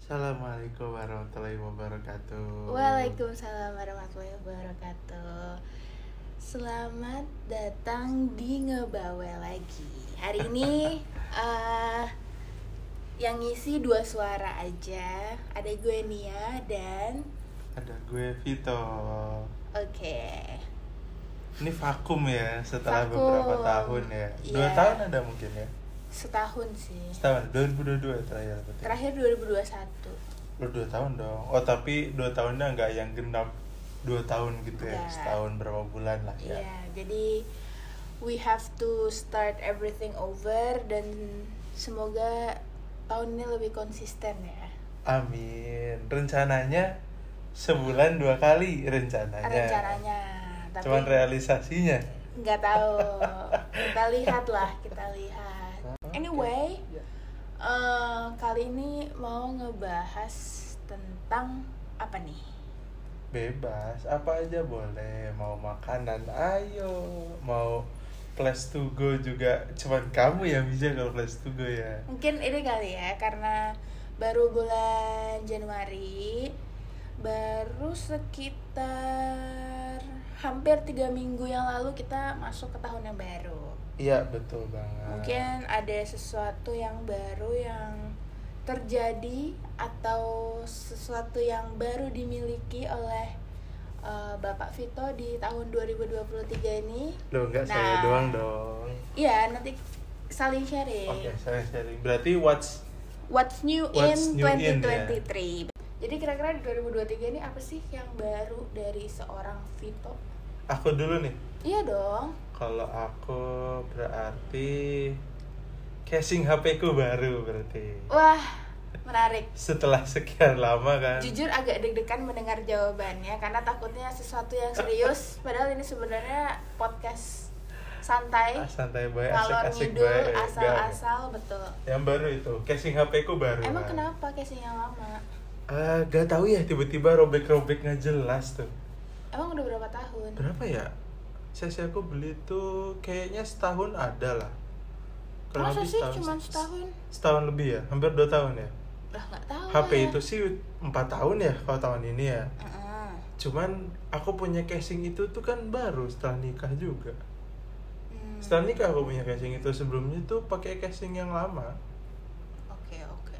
Assalamualaikum warahmatullahi wabarakatuh. Waalaikumsalam warahmatullahi wabarakatuh. Selamat datang di Ngebawel lagi. Hari ini yang ngisi 2 suara aja. Ada gue Nia dan Ada gue Vito. Oke. Ini vakum ya setelah Vakum. beberapa tahun ya. 2 Iya. tahun ada mungkin ya. Setahun sih. Setahun 2022 terakhir berarti. Terakhir 2021. Lu 2 tahun dong. Oh, tapi 2 tahunnya enggak yang genap 2 tahun gitu ya. Enggak. Setahun berapa bulan lah ya. Iya, jadi we have to start everything over dan semoga tahun ini lebih konsisten ya. Amin. Rencananya sebulan 2 kali rencananya. Tapi Cuman realisasinya nggak tahu. Kita lihat. Anyway, kali ini mau ngebahas tentang apa nih? bebas, apa aja boleh. Mau makanan ayo, mau place to go juga. Cuman kamu yang bisa kalau place to go ya. Mungkin ini kali ya, karena baru bulan Januari, baru sekitar hampir 3 minggu yang lalu kita masuk ke tahun yang baru. Iya, betul banget. Mungkin ada sesuatu yang baru yang terjadi atau sesuatu yang baru dimiliki oleh Bapak Vito di tahun 2023 ini. Loh, enggak saya doang dong. Iya, nanti saling sharing. Oke, saya sharing. Berarti what's What's new What's in new in, 2023. Jadi kira-kira di 2023 ini apa sih yang baru dari seorang Vito? aku dulu nih. Iya dong. Kalau aku berarti casing HP ku baru berarti. Wah, menarik. Setelah sekian lama kan. Jujur agak deg-degan mendengar jawabannya karena takutnya sesuatu yang serius. Padahal ini sebenarnya podcast santai. Santai baik, Ngalor asik-asik ngidul, baik. asal-asal, betul. Yang baru itu, casing HP ku baru. Emang kan. kenapa casing yang lama? Gak tahu ya, tiba-tiba robek-robek nggak jelas tuh. Emang udah berapa tahun? Berapa ya? Saya aku beli tuh kayaknya setahun ada lah. Kurang Masa lebih sih cuma setahun? Setahun lebih ya, hampir 2 tahun ya. Lah nggak tahu HP ya. itu sih 4 tahun ya kalau tahun ini ya. Mm-mm. Cuman aku punya casing itu tuh kan baru setelah nikah juga. Hmm. Setelah nikah aku punya casing itu, sebelumnya tuh pakai casing yang lama. Oke.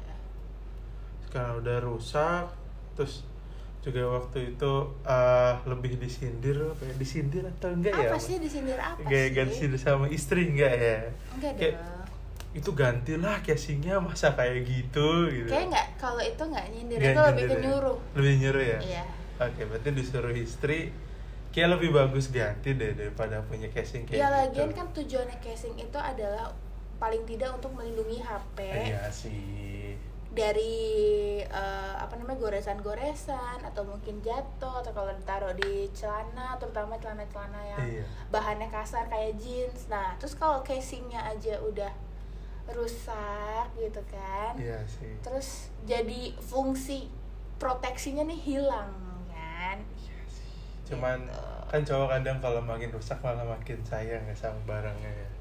Karena udah rusak, terus juga waktu itu lebih disindir, kayak disindir atau enggak ya? Apa sih disindir apa Kayak sih? ganti sama istri enggak ya? Enggak Kayak, dong. itu gantilah casingnya, masa kayak gitu gitu. Kayak nggak, kalau itu nggak nyindir, Nggak itu lebih ke nyindir ya? nyuruh. Lebih nyuruh ya? Iya. Oke, berarti disuruh istri kayak lebih bagus ganti deh daripada punya casing kayak Iya, gitu. lagian kan tujuannya casing itu adalah paling tidak untuk melindungi HP Iya sih. dari goresan-goresan atau mungkin jatuh, atau kalau ditaruh di celana, terutama celana-celana yang Iya. bahannya kasar kayak jeans. Nah, terus kalau casingnya aja udah rusak gitu kan, Iya sih. terus jadi fungsi proteksinya nih hilang kan. Cuman Gitu. kan cowok kadang kalau makin rusak malah makin sayang ya sama barangnya ya.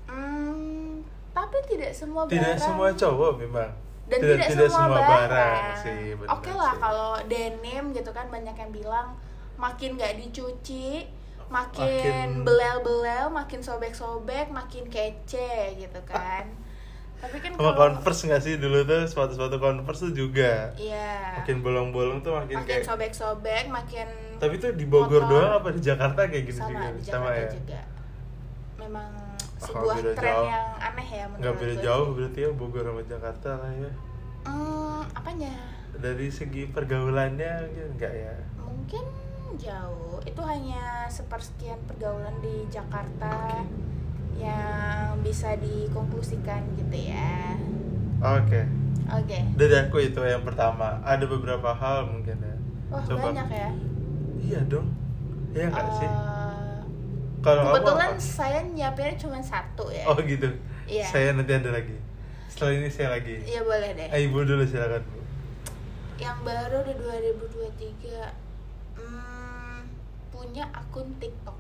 Tapi tidak semua barang. Tidak semua cowok memang. Dan tidak semua barang sih, benar Oke lah, sih. kalau denim gitu kan banyak yang bilang makin gak dicuci, makin belel-belel, makin sobek-sobek, makin kece gitu kan. Tapi kan Sama kalau Converse nggak sih dulu tuh, sepatu-sepatu Converse tuh juga. iya, Makin bolong-bolong tuh makin kayak. sobek-sobek, makin Tapi tuh di Bogor kotor. doang apa di Jakarta kayak gitu sama juga? di Sama Jakarta ya. juga. Memang Ah, sebuah beda tren jauh. yang aneh ya menurut Nggak beda gue jauh sih. berarti ya Bogor sama Jakarta lah ya. Apanya? Dari segi pergaulannya enggak ya? Mungkin jauh. Itu hanya sepersekian pergaulan di Jakarta yang bisa dikonklusikan gitu ya. Oke. Oke. Dari aku itu yang pertama. Ada beberapa hal mungkin ya. Wah, Coba. banyak ya. Iya dong. Iya nggak sih? Eh, Kalau kamu kebetulan apa? saya nyiapinnya cuma 1 ya. Oh gitu. Iya. Saya nanti ada lagi. Setelah ini saya lagi. Iya, boleh deh. Ibu dulu silakan Bu. Yang baru di 2023 punya akun TikTok.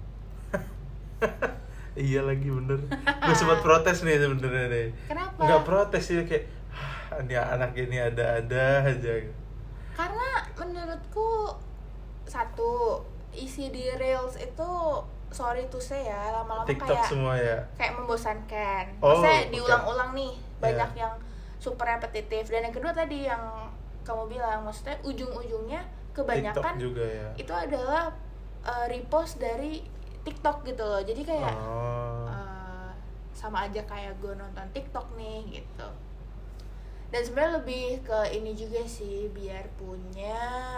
Iya lagi bener. Gue sempat protes nih sebenarnya nih. Kenapa? Nggak protes sih, kayak ini anak ini ada-ada aja. Karena menurutku satu, isi di reels itu sorry to say ya, lama-lama TikTok kayak semua ya. kayak membosankan. Oh, Maksudnya oke. diulang-ulang nih, banyak Yeah. yang super repetitif. Dan yang kedua tadi yang kamu bilang, maksudnya ujung-ujungnya kebanyakan TikTok juga ya. itu adalah repost dari TikTok gitu loh. Jadi kayak Oh. sama aja kayak gue nonton TikTok nih gitu. Dan sebenarnya lebih ke ini juga sih, biar punya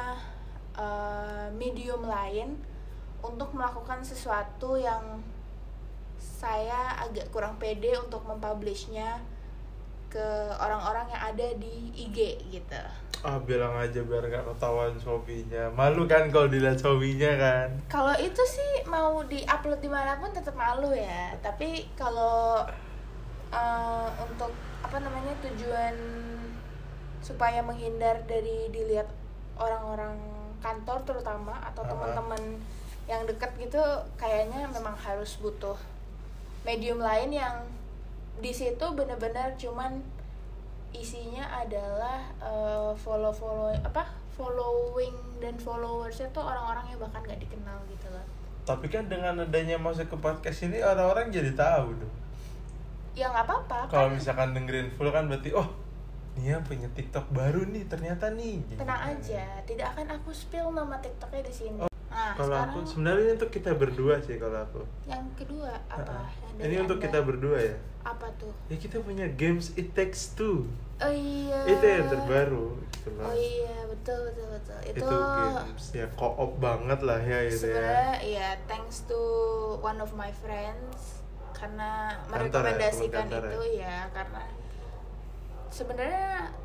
medium lain untuk melakukan sesuatu yang saya agak kurang pede untuk mempublishnya ke orang-orang yang ada di IG gitu. Bilang aja biar gak ketahuan Shopee-nya. Malu kan kalau dilihat Shopee-nya kan. Kalau itu sih mau di-upload dimanapun tetap malu ya. Tapi kalau untuk tujuan supaya menghindar dari dilihat orang-orang kantor terutama atau teman-teman yang dekat gitu, kayaknya memang harus butuh medium lain yang di situ benar-benar cuman isinya adalah following dan followersnya tuh orang-orang yang bahkan nggak dikenal gitu loh. Tapi kan dengan adanya masuk ke podcast ini orang-orang jadi tahu dong. Ya nggak apa-apa Kalau kan. misalkan dengerin full kan berarti Nia punya TikTok baru nih ternyata nih. Tenang aja, tidak akan aku spill nama TikToknya di sini. Nah, Kalau sekarang aku sebenarnya ini untuk kita berdua sih kalau aku. yang kedua apa? Yang dari Ini untuk Anda? kita berdua ya. Apa tuh? Ya kita punya games It Takes Two. Oh iya. Itu yang terbaru gitu loh. Oh iya, betul. Itu games ya co-op banget lah ya gitu ya. Sebenarnya ya thanks to one of my friends karena Kantor ya, merekomendasikan teman kantor itu ya, karena sebenarnya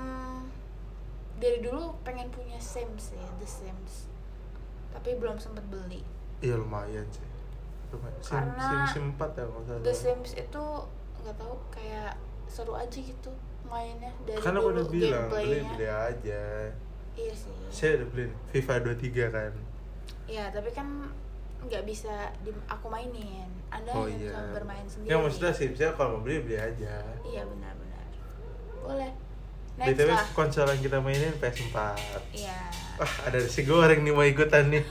dari dulu pengen punya Sims ya, The Sims, tapi belum sempet beli. Iya lumayan sih. Lumayan. Karena Sim 4 ya kalau salah. The Sims itu nggak tahu, kayak seru aja gitu mainnya dari Kan aku dulu udah bilang gameplaynya. beli aja. Iya sih. Saya udah beli FIFA 23 kan. Iya, tapi kan nggak bisa aku mainin. Anda Oh yang iya. bisa bermain sendiri. Ya maksudnya sih, saya kalau mau beli aja. Iya benar-benar. Boleh. BTW Next lah. konsol yang kita mainin PS4. Iya. Wah, ada si goreng nih mau ikutan nih.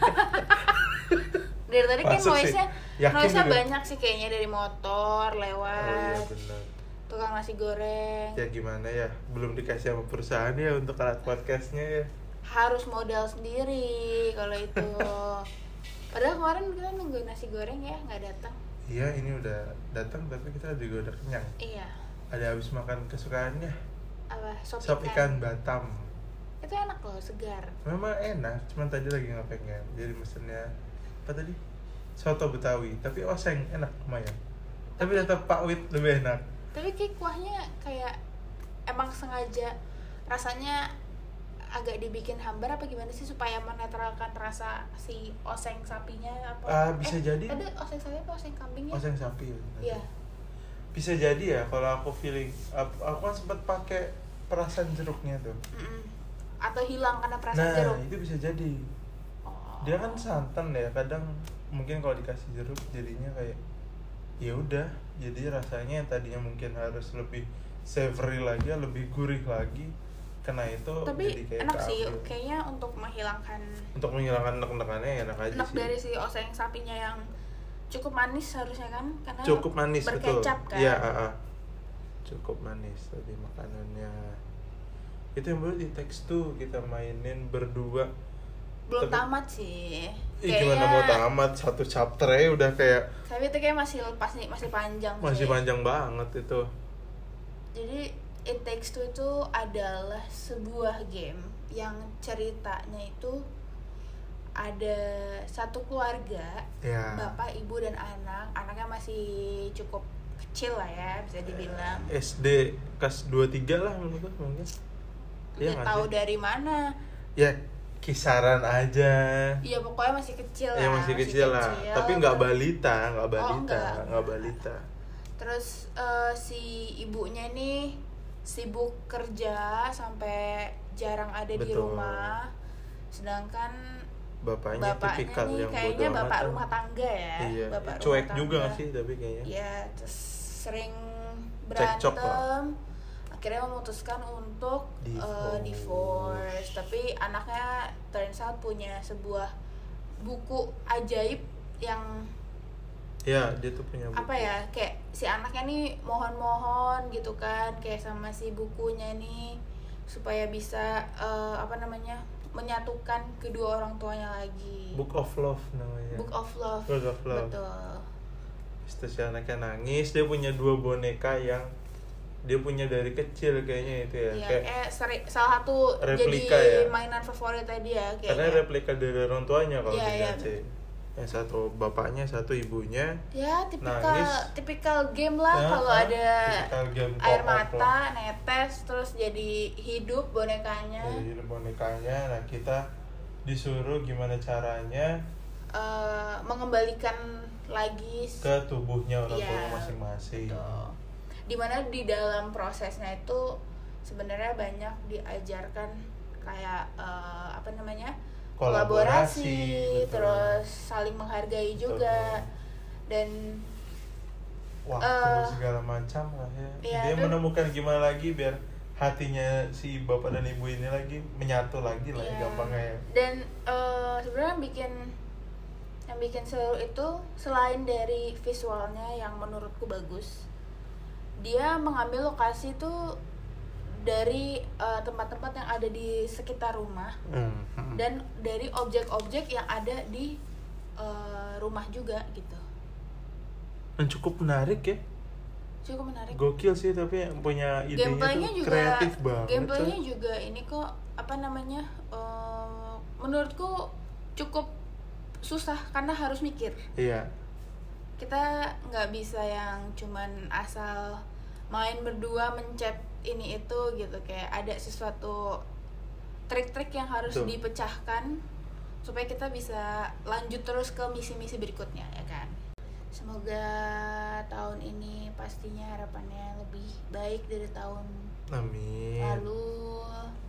Dari tadi kan Masuk sih. noise-nya Yakin juga. banyak sih kayaknya, dari motor Oh iya lewat, benar. tukang nasi goreng. Ya gimana ya, belum dikasih sama perusahaan ya untuk alat podcastnya ya. Harus modal sendiri kalau itu. Padahal kemarin kita nunggu nasi goreng ya, nggak datang. Iya ini udah datang tapi kita juga udah kenyang. Iya. Ada habis makan kesukaannya. Apa? Sop ikan Batam. Itu enak loh, segar. Memang enak, cuman tadi lagi nggak pengen. Jadi mesennya apa tadi? Soto Betawi, tapi oseng enak lumayan. Tapi tetap Pak Wit lebih enak. Tapi kayak kuahnya kayak emang sengaja rasanya agak dibikin hambar apa gimana sih supaya menetralkan rasa si oseng sapinya apa? Bisa jadi. Ada oseng sapi apa oseng kambing ya? Oseng sapi. Iya. Bisa jadi ya kalau aku feeling. Aku kan sempat pakai perasan jeruknya tuh. Atau hilang karena perasaan Nah jeruk. itu bisa jadi. Oh. Dia kan santan ya, kadang mungkin kalau dikasih jeruk jadinya kayak ya udah, jadi rasanya yang tadinya mungkin harus lebih savory lagi, lebih gurih lagi, kena itu Tapi jadi kayak enak sih, keambil. kayaknya untuk menghilangkan Nek-nekannya enak aja enak sih. dari si oseng sapinya yang cukup manis harusnya kan, karena Cukup manis betul. berkecap kan. Iya, cukup manis tadi makanannya. Itu yang baru di teks tuh kita mainin berdua. Belum Tapi- tamat sih. Gimana mau tamat, satu chapter aja udah kayak Tapi itu kayak masih panjang masih sih. panjang banget itu. Jadi It Takes Two itu adalah sebuah game yang ceritanya itu ada satu keluarga, Ya. bapak, ibu, dan anaknya masih cukup kecil lah ya, bisa dibilang. SD kelas 2-3 lah menurut gue mungkin. Iya Nggak nggak tahu sih? dari mana. Ya kisaran aja. Iya pokoknya masih kecil lah. Ya masih kecil lah. Tapi nggak balita, nggak balita, enggak. nggak balita. Terus si ibunya nih sibuk kerja sampai jarang ada di Betul. rumah. Sedangkan Bapaknya tipikal nih yang kayaknya bodo bapak amat. rumah tangga ya. Iya. Bapak Cuek rumah juga tangga. nggak sih tapi kayaknya. Iya, terus sering Cekcok berantem akhirnya memutuskan untuk divorce. Tapi anaknya turns out punya sebuah buku ajaib yang ya dia tuh punya buku. apa ya, kayak si anaknya nih mohon-mohon gitu kan kayak sama si bukunya nih supaya bisa menyatukan kedua orang tuanya lagi. Book of Love namanya. Book of Love. Betul. Terus si anaknya nangis, dia punya 2 boneka yang dia punya dari kecil kayaknya itu ya. Iya, kayak salah satu replika jadi ya? mainan favoritnya dia kayaknya. Karena replika dari orang tuanya kalau Iya, dilihat iya. sih. Yang satu bapaknya, satu ibunya. Ya, Nangis. tipikal game lah Ya, kalau ada tipikal game air co-op mata, netes terus jadi hidup bonekanya. Jadi bonekanya. Nah, kita disuruh gimana caranya Mengembalikan lagi ke tubuhnya orang Iya, tua masing-masing. betul. Dimana di dalam prosesnya itu sebenarnya banyak diajarkan kayak kolaborasi, betul. terus saling menghargai juga, dan waktu segala macam lah ya. Iya, Dia menemukan gimana lagi biar hatinya si bapak dan ibu ini lagi menyatu lagi lah, iya. ya, gampangnya ya. Dan sebenarnya yang bikin seru itu selain dari visualnya yang menurutku bagus, dia mengambil lokasi tuh dari tempat-tempat yang ada di sekitar rumah dan dari objek-objek yang ada di rumah juga gitu. Dan cukup menarik ya. Cukup menarik. Gokil sih, tapi yang punya idenya Gameplaynya tuh juga kreatif banget. Gameplaynya juga ini kok menurutku cukup susah karena harus mikir. Iya. Kita nggak bisa yang cuman asal main berdua mencet ini itu gitu, kayak ada sesuatu trik-trik yang harus Betul. dipecahkan supaya kita bisa lanjut terus ke misi-misi berikutnya ya kan. Semoga tahun ini pastinya harapannya lebih baik dari tahun Amin. lalu.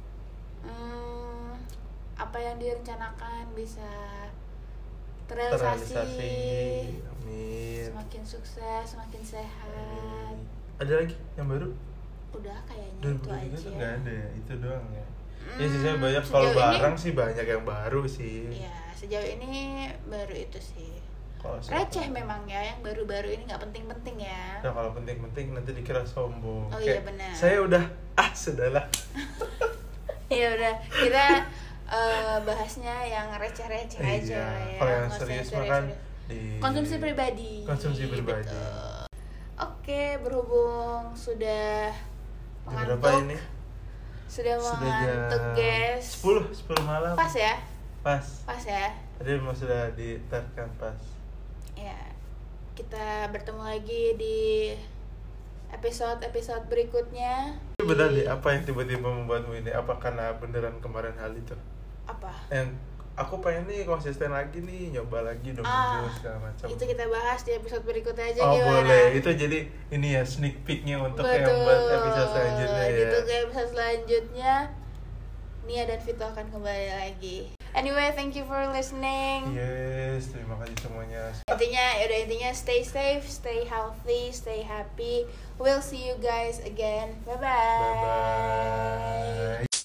Apa yang direncanakan bisa terrealisasi. Amin. Semakin sukses, semakin sehat. Amin. Ada lagi yang baru? Udah kayaknya itu 2023 aja. tuh nggak ada ya, itu doang ya. Ya sisanya banyak, kalau sejauh barang ini- sih banyak yang baru sih. Iya, sejauh ini baru itu sih. Kalau Receh memang ya, yang baru-baru ini nggak penting-penting ya. Nah, kalau penting-penting nanti dikira sombong. Oh Kayak, iya, benar. Saya udah sudahlah. Ya udah, kita bahasnya yang receh-receh aja lah ya. Kalau yang Nggak usah serius yang makan serius-serius. di Konsumsi pribadi. Konsumsi pribadi. Betul. Oke, berhubung sudah Jam berapa mengantuk. ini? Sudah Sudah mengantuk, jam guys. 10 malam. Pas ya? Pas. Pas ya? Tadi memang sudah ditetapkan pas. Ya, kita bertemu lagi di episode berikutnya. Tapi benar deh, apa yang tiba-tiba membuatmu ini? Apa karena beneran kemarin hal itu? Apa? Yang aku pengen nih konsisten lagi nih, nyoba lagi 2 minggu segala macam. Itu kita bahas di episode berikutnya aja Oh gimana? boleh, itu jadi ini ya sneak peeknya untuk yang buat episode selanjutnya ya. Gitu, ke episode selanjutnya Nia dan Vito akan kembali lagi. Anyway, thank you for listening. Yes, terima kasih semuanya. Intinya stay safe, stay healthy, stay happy. We'll see you guys again. Bye bye. Bye bye.